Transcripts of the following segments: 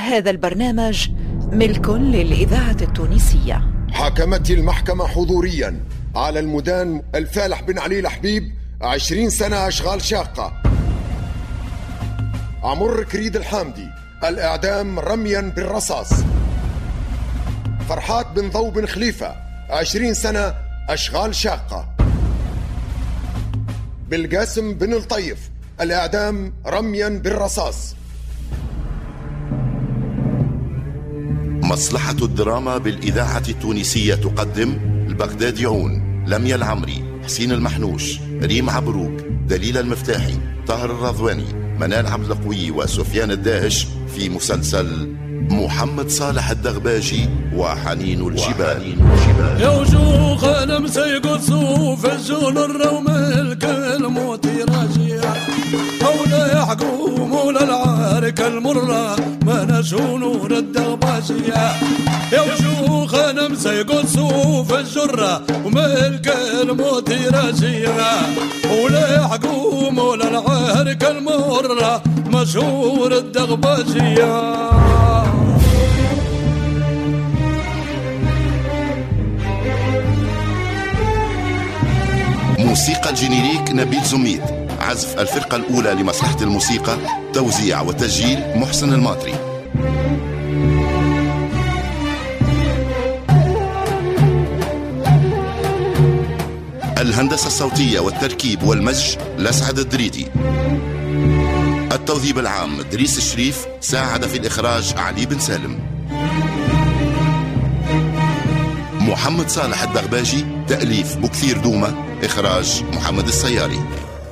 هذا البرنامج ملك للإذاعة التونسية. حكمت المحكمة حضوريا على المدان الفالح بن علي الحبيب 20 سنة أشغال شاقة. عمر كريد الحامدي الإعدام رميا بالرصاص. فرحات بن ضو بن خليفة 20 سنة أشغال شاقة. بالقاسم بن الطيف الإعدام رميا بالرصاص. مصلحة الدراما بالإذاعة التونسية تقدم البغداديون، لميا العمري، حسين المحنوش، ريم عبروك، دليل المفتاحي، طاهر الرضواني، منال عبد القوي وسفيان الداهش في مسلسل محمد صالح الدغباجي وحنين الجبال. يا وجوه انا مسيقصوا في الجون الروم الكلموت راجية ولا يحكم ولا العارك المرة ما نشو نور الدغباجية. يا وجوه انا مسيقصوا في الجرة وملك الموت راجية ولا يحكم ولا العارك المرة مشهور الدغباجية. موسيقى الجينيريك نبيل زميد، عزف الفرقة الأولى لمصلحة الموسيقى، توزيع وتسجيل محسن الماطري. الهندسة الصوتية والتركيب والمزج لسعد الدريدي. التوظيف العام دريس الشريف، ساعد في الإخراج علي بن سالم. محمد صالح الدغباجي، تأليف بكثير دومة، إخراج محمد السياري.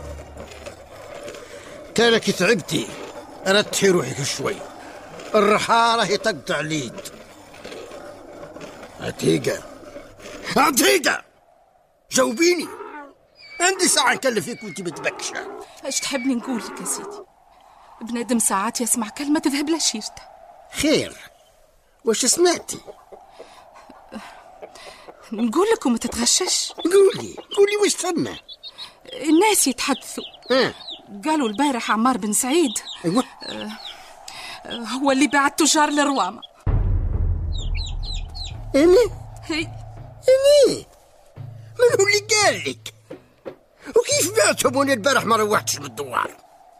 كانك تعبتي، أردتي روحك شوي، الرحارة هي تقطع ليد. عتيقة جاوبيني، عندي ساعة نكلف فيك وانتي متبكشة. ايش تحبني نقول لك يا سيدي؟ بنادم ساعات يسمع كلمة تذهب له شيرته. خير، وش سمعتي؟ نقول لك وما تتغشش. قولي وش ثم؟ الناس يتحدثوا. قالوا البارح عمار بن سعيد أيوة. هو اللي باع التجار للروامة. إني؟ هي من هو اللي قال لك؟ وكيف بعتهم وانا البارح ما روحتش بالدوار؟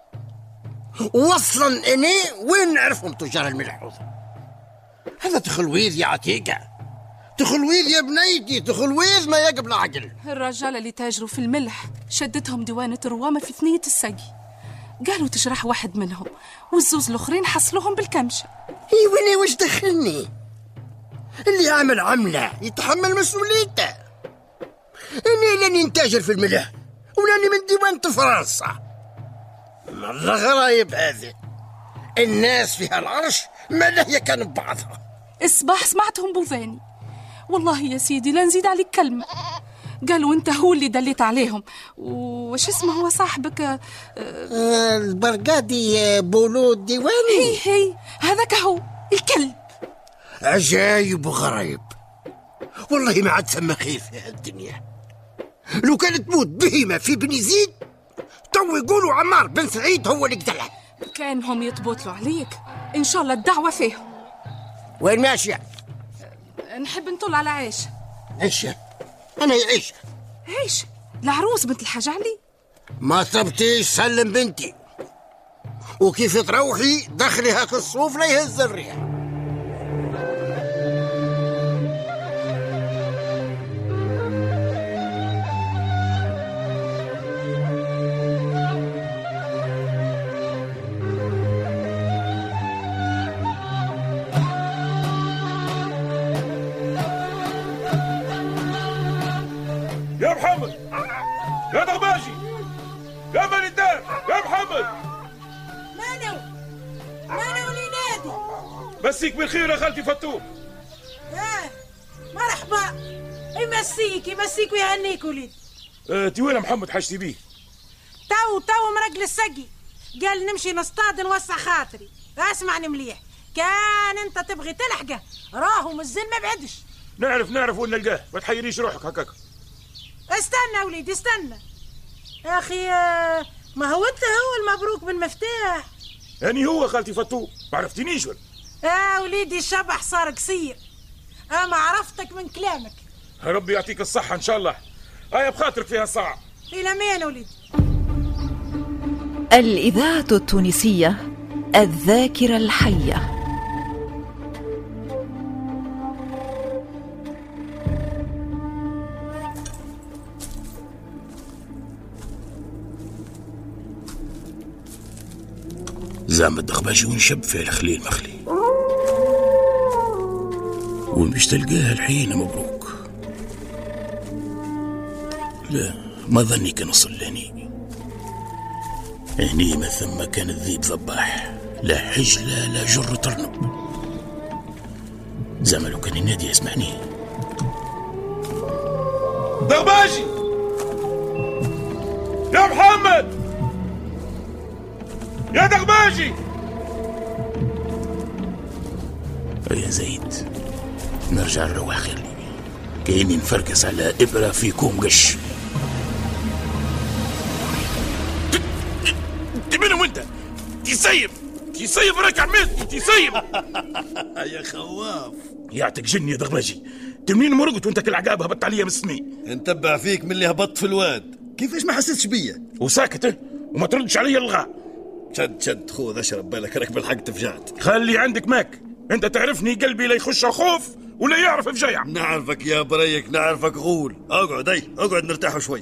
وصلا إني وين نعرفهم تجار الملح؟ هذا تخلويذ يا عتيقة، تخلويذ يا بنيتي، تخلويذ ما يقبل عقل. الرجال اللي تاجروا في الملح شدتهم ديوانة الروامة في ثنية السقي، قالوا تجرح واحد منهم والزوز الأخرين حصلوهم بالكمشة. ويني وش دخلني؟ اللي عمل عملة يتحمل مسؤوليته. إني لاني نتاجر في الملح ولاني من ديوانة فرنسا. مرة غرايب هذه، الناس فيها العرش ما لهي كان ببعضها. الصباح سمعتهم بوذاني والله يا سيدي لا نزيد عليك كلمة. قالوا انت هو اللي دليت عليهم. وش اسمه هو صاحبك؟ البرقادي بولو الديواني. هي هذاك هو الكلب. عجايب وغرايب والله، ما عاد ثم خير في هالدنيا. لو كانت تموت بهيمة في بن يزيد تو يقولوا عمار بن سعيد هو اللي قتلها. كانهم يتبوتلوا عليك، ان شاء الله الدعوة فيهم. وين ماشية؟ نحب نطل على عيشة. عيشة؟ أنا عيشة العروس بنت الحاج علي. ما تبتيش سلم بنتي، وكيف تروحي دخلي هاك الصوف لا يهز الريح. يا محمد، يا دغباجي، يا بني الدار، يا محمد. مانو اللي نادي. مسيك بالخير يا خالتي فتوح. مرحبا. يمسيك ويهنيك وليد. انت وين محمد حاجتي بيه؟ تو مرقل السقي، قال نمشي نصطاد نوسع خاطري. اسمعني مليح، كان انت تبغي تلحقه راهو مازال ما بعدش. نعرف وين نلقاه، ما تحيريش روحك هكاك. استنى وليدي استنى يا اخي، ما هو انت هو المبروك بالمفتاح. يعني هو خالتي فتوح، ما عرفتنيش ولا؟ وليدي الشبح صار قصير، اما عرفتك من كلامك. ربي يعطيك الصحة ان شاء الله. بخاطرك فيها الساعة. إلى مين وليدي؟ الإذاعة التونسية الذاكرة الحية. زعما الدغباجي ونشب فيه الخليل مخلي، ومش تلقاها الحين مبروك. لا ما ظني كان وصل لهني. هني ما ثم كان الذيب ذباح، لا حجلة لا جر ترنب. زعما لو كان ينادي يسمعني. دغباجي يا محمد، يا دغباجي. يا زيد نرجع نروح خير، كأني نفركس على إبرة في كوم قش. منهم انت تسيب راك عملتني تسيب. يا خواف يعطيك جن يا دغباجي، منين مرقت وانت كالعقاب هبطت عليا من السمي. نتبع فيك من اللي هبطت في الواد، كيفاش ما حسيتش بيا؟ وساكت وما تردش عليا الغاء. شد خذ اشرب بالك راك بالحق تفجعت. خلي عندك ماك، انت تعرفني قلبي لا يخش خوف ولا يعرف فجايع. نعرفك يا بريك نعرفك غول. اقعد نرتاح شوي.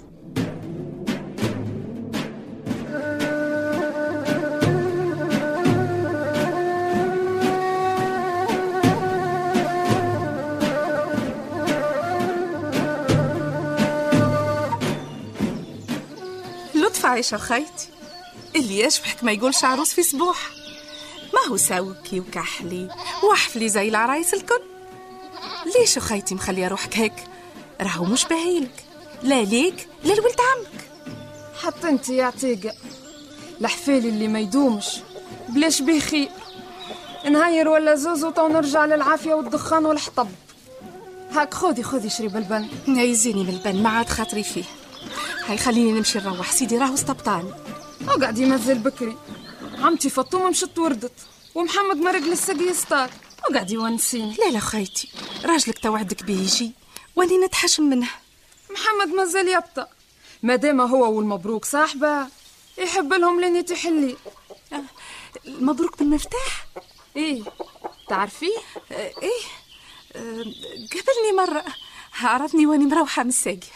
عايشة خيتي اللي يشبحك ما يقولش عروس في سبوح. ما هو ساوكي وكحلي وحفلي زي العرايس الكل. ليش خيتي مخليه روحك هيك؟ راهو مش باهيلك، لا ليك لا لولد عمك. حتى انت يا عتيقة الحفالي اللي ما يدومش بلاش بيه خير. نهير ولا زوزو تو نرجع للعافية والدخان والحطب. هاك خذي شريب البن. نايزيني من البن ما عاد خاطري فيه. هاي خليني نمشي نروح، سيدي راهو استبطاني. اقعدي مازال بكري، عمتي فطومة مشت وردت ومحمد مرق للسقي يصطاد. اقعدي ونسيني. لا خيتي راجلك توعدك بيه يجي واني نتحشم منه. محمد مازال يبطأ، مادام هو والمبروك صاحبه يحب لهم لين يتحلي. المبروك بالمفتاح؟ ايه تعرفيه؟ ايه قبلني مرة عرفني واني مروحة من الساقي.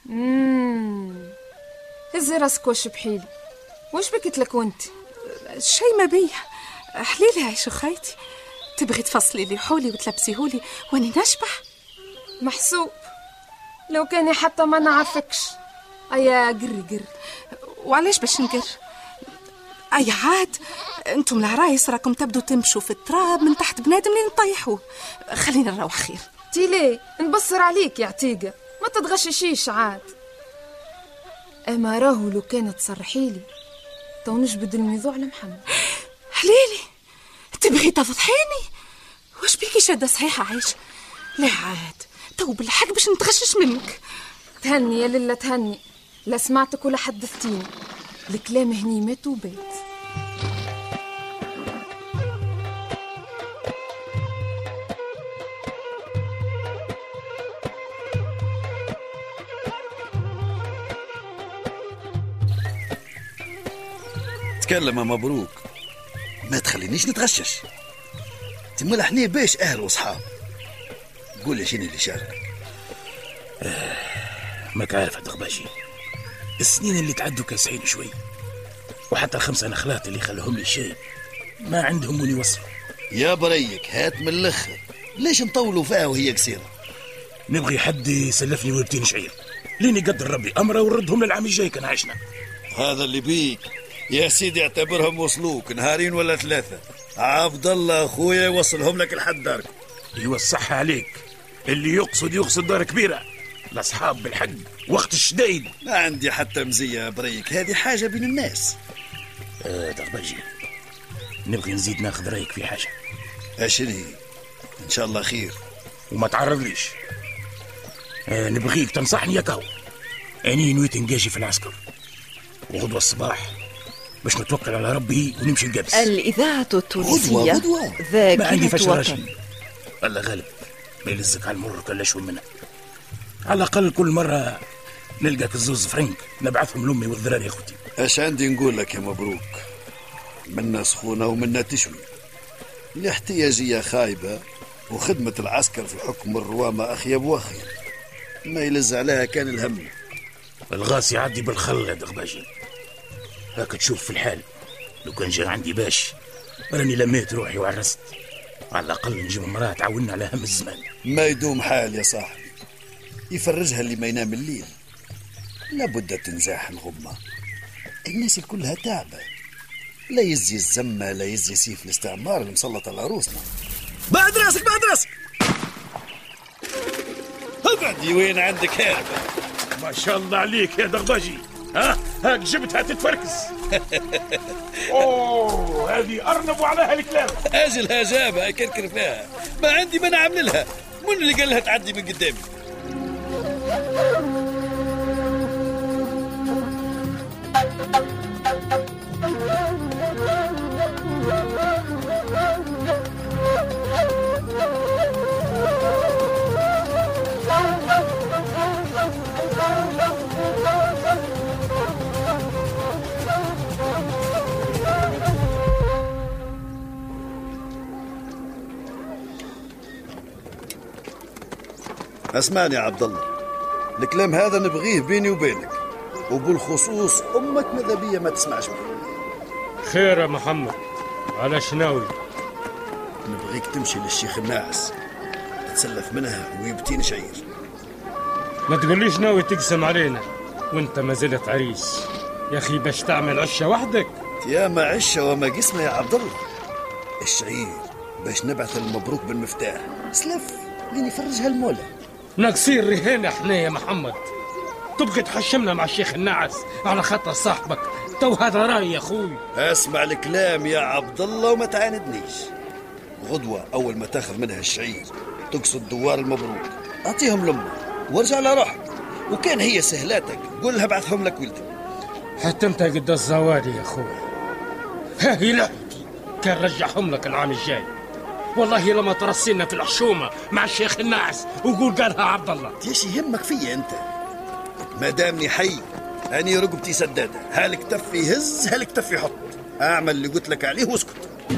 هزي راسك وش بحيلي، وش بكت لك وانت؟ شي ما بيه حليلي عيشو خيتي. تبغي تفصلي لي حولي وتلبسيهولي واني نشبح؟ محسوب لو كان حتى ما نعرفكش. ايا قر وعلاش باش نقر؟ اي عاد انتم العرايس راكم تبدو تمشوا في التراب من تحت بنادم لين نطيحوه. خلينا نروح خير. تيلي نبصر عليك يا عتيقة، ما تتغششيش عاد. اما راهو لو كانت تصرحيلي تو نجبد الموضوع لمحمد. حليلي تبغي تفضحيني؟ واش بيكي شادة صحيحة عايش؟ لا عاد تو بالحق باش نتغشش منك. تهني يا لله تهني، لا سمعتك ولا حدثتيني. الكلام هني مات وبات. تكلم يا مبروك، ما تخلينيش نتغشش. تمال احنا باش اهل وصحاب. قول لي شنو اللي شاغلك؟ ماك عارف الدغباجي، السنين اللي تعدوا كاسعين شوي، وحتى الخمسة نخلات اللي خلهم لي الشاي ما عندهم من يوصلوا. يا بريك هات من الاخر، ليش نطولوا فيها وهي قصيرة؟ نبغي حد يسلفني وربتين شعير لين يقدر ربي امره ونردهم للعام الجاي كان عايشنا. هذا اللي بيك يا سيدي، اعتبرهم وصلوك نهارين ولا ثلاثة. عبد الله اخويا يوصلهم لك لحد دارك. يوصحها عليك، اللي يقصد دار كبيرة. الاصحاب بالحق وقت الشدايد. ما عندي حتى مزية يا بريك، هذه حاجة بين الناس. دغباجي نبغي نزيد ناخذ رايك في حاجة. اشري ان شاء الله خير وما تعرض ليش. نبغيك تنصحني يا كاو. اني نويت نجاجي في العسكر، وغدوة الصباح باش نتوكل على ربي ونمشي القبس. الإذاعة التونسية ما عندي فاش ذاكرة راجل. الله غالب ما يلزك على المر كلا شوي منها. على الأقل كل مرة نلقاك الزوز فرنك نبعثهم لأمي والذراري أخوتي. اش عندي نقول لك يا مبروك، منا سخونة ومنا تشوي. الاحتياجية خايبة وخدمة العسكر في حكم الروامة أخيب وأخيب، ما يلز عليها كان الهم. الغاس يعدي بالخل يا دغباجي. هاك تشوف في الحال لو كان جا عندي باش راني لميت روحي وعرست. على الأقل نجيب مراه تعاوننا على هم الزمان. ما يدوم حال يا صاحبي، يفرجها اللي ما ينام الليل. لابد تنزاح الغمة، الناس كلها تعبة، لا يزي الزمة لا يزي سيف الاستعمار المسلط على عروسنا. بعد راسك بعد راسك، اقعدي وين عندك هاربة. ما شاء الله عليك يا دغباجي، هاك جبتها تتفركس. اوه هذه ارنب وعليها الكلام. اجلها جابها كركر فيها، ما عندي ما نعمل لها. من اللي قال لها تعدي من قدامي؟ اسمعني يا عبد الله، الكلام هذا نبغيه بيني وبينك، وبالخصوص امك ماذا بيا ما تسمعش به. خير يا محمد، على شناوي؟ نبغيك تمشي للشيخ الناعس تتسلف منها ويبتين شعير. ما تقوليش ناوي تقسم علينا وانت ما زلت عريس يا اخي، باش تعمل عشه وحدك. يا ما عشه وما قسمه يا عبد الله. الشعير باش نبعث المبروك بالمفتاح، سلف لين يفرجها المولى. ناقصين رهينه احنا يا محمد، تبقى تحشمنا مع الشيخ الناعس على خاطر صاحبك. تو هذا رايي يا اخوي. اسمع الكلام يا عبد الله وما تعاندنيش. غدوه اول ما تاخذ منها الشعير تقصد دوار المبروك، اعطيهم لامك وارجع على روحك، وكان هي سهلاتك قول لها بعثهم لك ولدك. حتى انت قد الزوادي يا اخوي. ها هي لعبتي، كان رجعهم لك العام الجاي. والله لما ترسينا في الحشومه مع الشيخ الناعس وقول قالها عبد الله. ايش يهمك فيا انت؟ ما دامني حي اني رقبتي سداده، هالك تفي هز هالك تفي حط، اعمل اللي قلت لك عليه واسكت.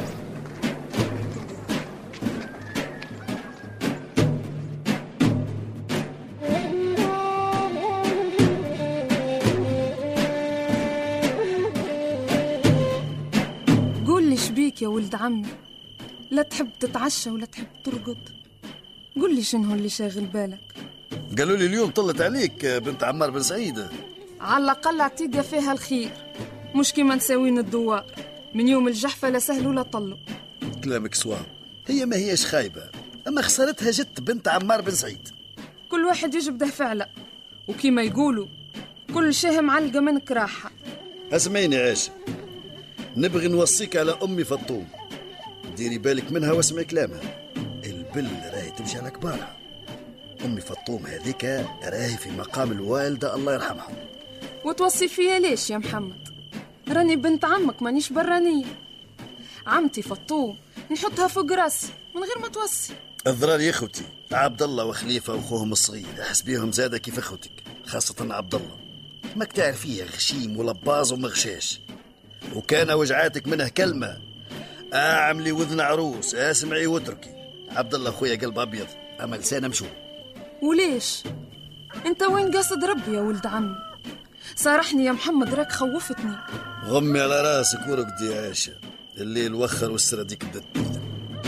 قول لي شبيك يا ولد عمي، لا تحب تتعشى ولا تحب ترقد؟ قل لي شنو اللي شاغل بالك؟ قالوا لي اليوم طلت عليك بنت عمار بن سعيد. على الأقل عتيقة فيها الخير، مش كيما نساوين الدوار من يوم الجحفة لا سهل ولا طلوا. كلامك صواب، هي ما هيش خايبة، أما خسارتها جت بنت عمار بن سعيد. كل واحد يجبده فعله، وكيما يقولوا كل شيء معلقة من كراحة. اسمعيني عاشق، نبغي نوصيك على أمي فطوم، ديري بالك منها واسمعي كلامها. البل راهي تمشي على كبارها. أمي فطوم هذيك راهي في مقام الوالدة الله يرحمها. وتوصي فيا ليش يا محمد؟ راني بنت عمك مانيش برانية. عمتي فطوم نحطها فوق راسي من غير ما توصي. الضرار يا اخوتي، عبد الله وخليفة واخوهم الصغير احس بيهم زادة كيف اخوتك، خاصة عبد الله ماك تعرفيه غشيم ولباز ومغشاش، وكان وجعاتك منه كلمة اعملي وذن عروس اسمعي واتركي. عبد الله خويا قلب ابيض اما لسانه مشوم. وليش انت وين قاصد ربي يا ولد عمي؟ صارحني يا محمد راك خوفتني. غمي على راسك ورقدي يا عائشة، الليل وخر والسرة ديك بدت تبدا.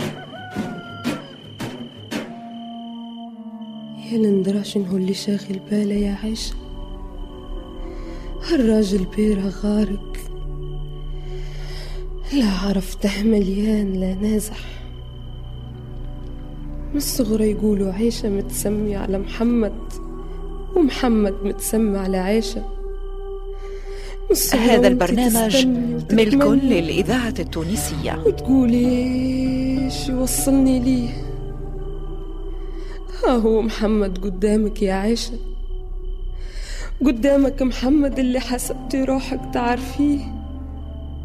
يا لندرا شنو اللي شاغل باله يا عائشة؟ هالراجل بيرة غارق، لا عرفته مليان لا نازح. من الصغر يقولوا عيشة متسمي على محمد ومحمد متسمي على عيشة. هذا البرنامج ملك للإذاعة التونسية. وتقولي ايش يوصلني ليه؟ ها هو محمد قدامك يا عيشة، قدامك محمد اللي حسبتي روحك تعرفيه،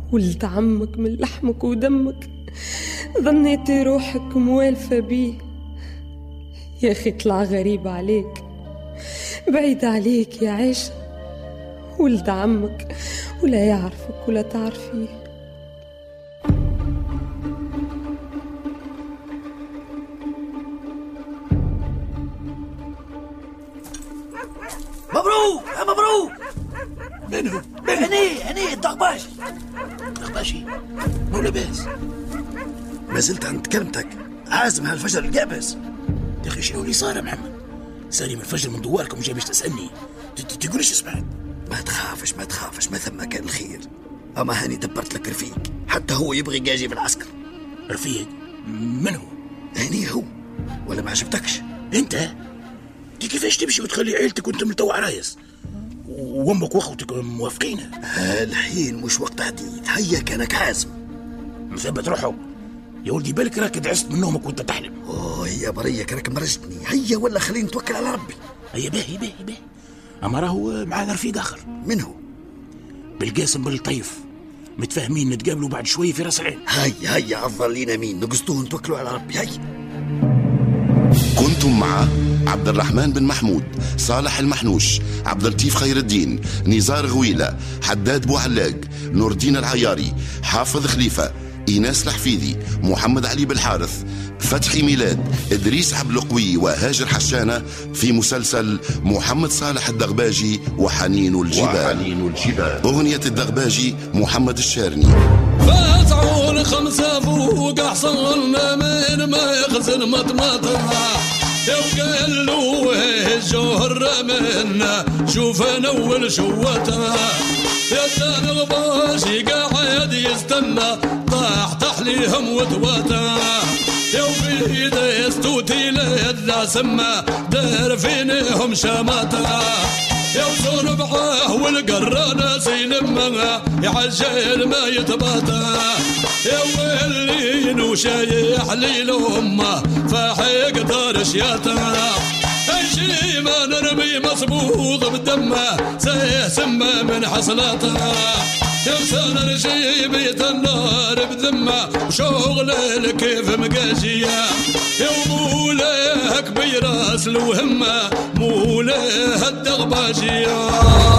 ولد عمك من لحمك ودمك، ظنيتي روحك موالفة بيه. يا أخي طلع غريب عليك، بعيد عليك يا عيشة، ولد عمك ولا يعرفك ولا تعرفيه. مبروك مبروك. منو؟ هني الدغباشي. دغباشي مو لاباس. ما زلت عند كلمتك، عازم هالفجر القابس. يا اخي شنو اللي صار يا محمد؟ ساري من الفجر من دواركم وجاي باش تسالني، تقولش سمعت؟ ما تخافش ما ثم كان الخير. اما هاني دبرت لك رفيق، حتى هو يبغي يجي في العسكر. رفيق؟ من هو؟ هاني هو، ولا ما عجبتكش؟ انت كيفاش تمشي وتخلي عيلتك وانت متوع عرايس وامك واخوتك موافقين؟ الحين مش وقت حديث، هيا كانك حازم. مثبت روحه يا ولدي، بالك راك دعست من نومك وانت تحلم. يا برية كانك مرجتني، هيا ولا خليني نتوكل على ربي. هيا باهي. اما راهو معانا رفيق اخر. من هو؟ بالقاسم بن لطيف، متفاهمين نتقابلوا بعد شوي في راس العين. هيا عضل لينا مين، نقصدوه نتوكلوا على ربي. هيا. كنتم مع عبد الرحمن بن محمود، صالح المحنوش، عبد اللطيف خير الدين، نزار غويلة، حداد بوعلاق، نور الدين العياري، حافظ خليفة، إيناس الحفيدي، محمد علي بالحارث، فتحي ميلاد، إدريس عبد القوي وهاجر حشانة في مسلسل محمد صالح الدغباجي وحنين الجبال. أغنية الدغباجي محمد الشارني. فاتعون 5 فوق حصلنا من ما يخزن مطمطها، وقال له الجوهر منا شوف انا اول شوتها، يا الدغباشي قاعد يستنى طاح تحليهم وتواتها، يا وفي دستوتي لذا سما دار فينهم شماتها، يا وزور بعاه والقرانة سيلمها يعجل ما يتباتا، يا ويلين وشايح ليل امه فاحق دار شياتها، اي ما نرمي مصبوغ بدمه سيسمى من حصلاتها، يا سنة رجيبيت النار بذمه وشغل الكيف مقاجيه، يا مولاه كبير اصل وهمه مولاه الدغباجيه.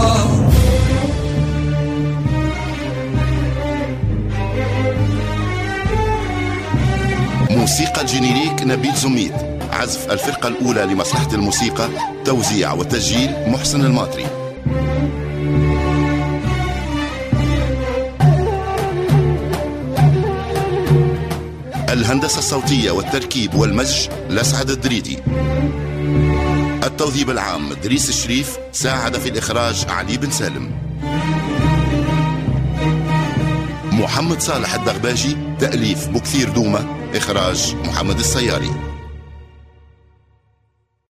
موسيقى الجينيريك نبيل زميد، عزف الفرقة الأولى لمصلحة الموسيقى، توزيع وتسجيل محسن الماطري. الهندسة الصوتية والتركيب والمزج لسعد الدريدي. التوظيف العام دريس الشريف، ساعد في الإخراج علي بن سالم. محمد صالح الدغباجي، تأليف بكثير دومة، إخراج محمد السياري.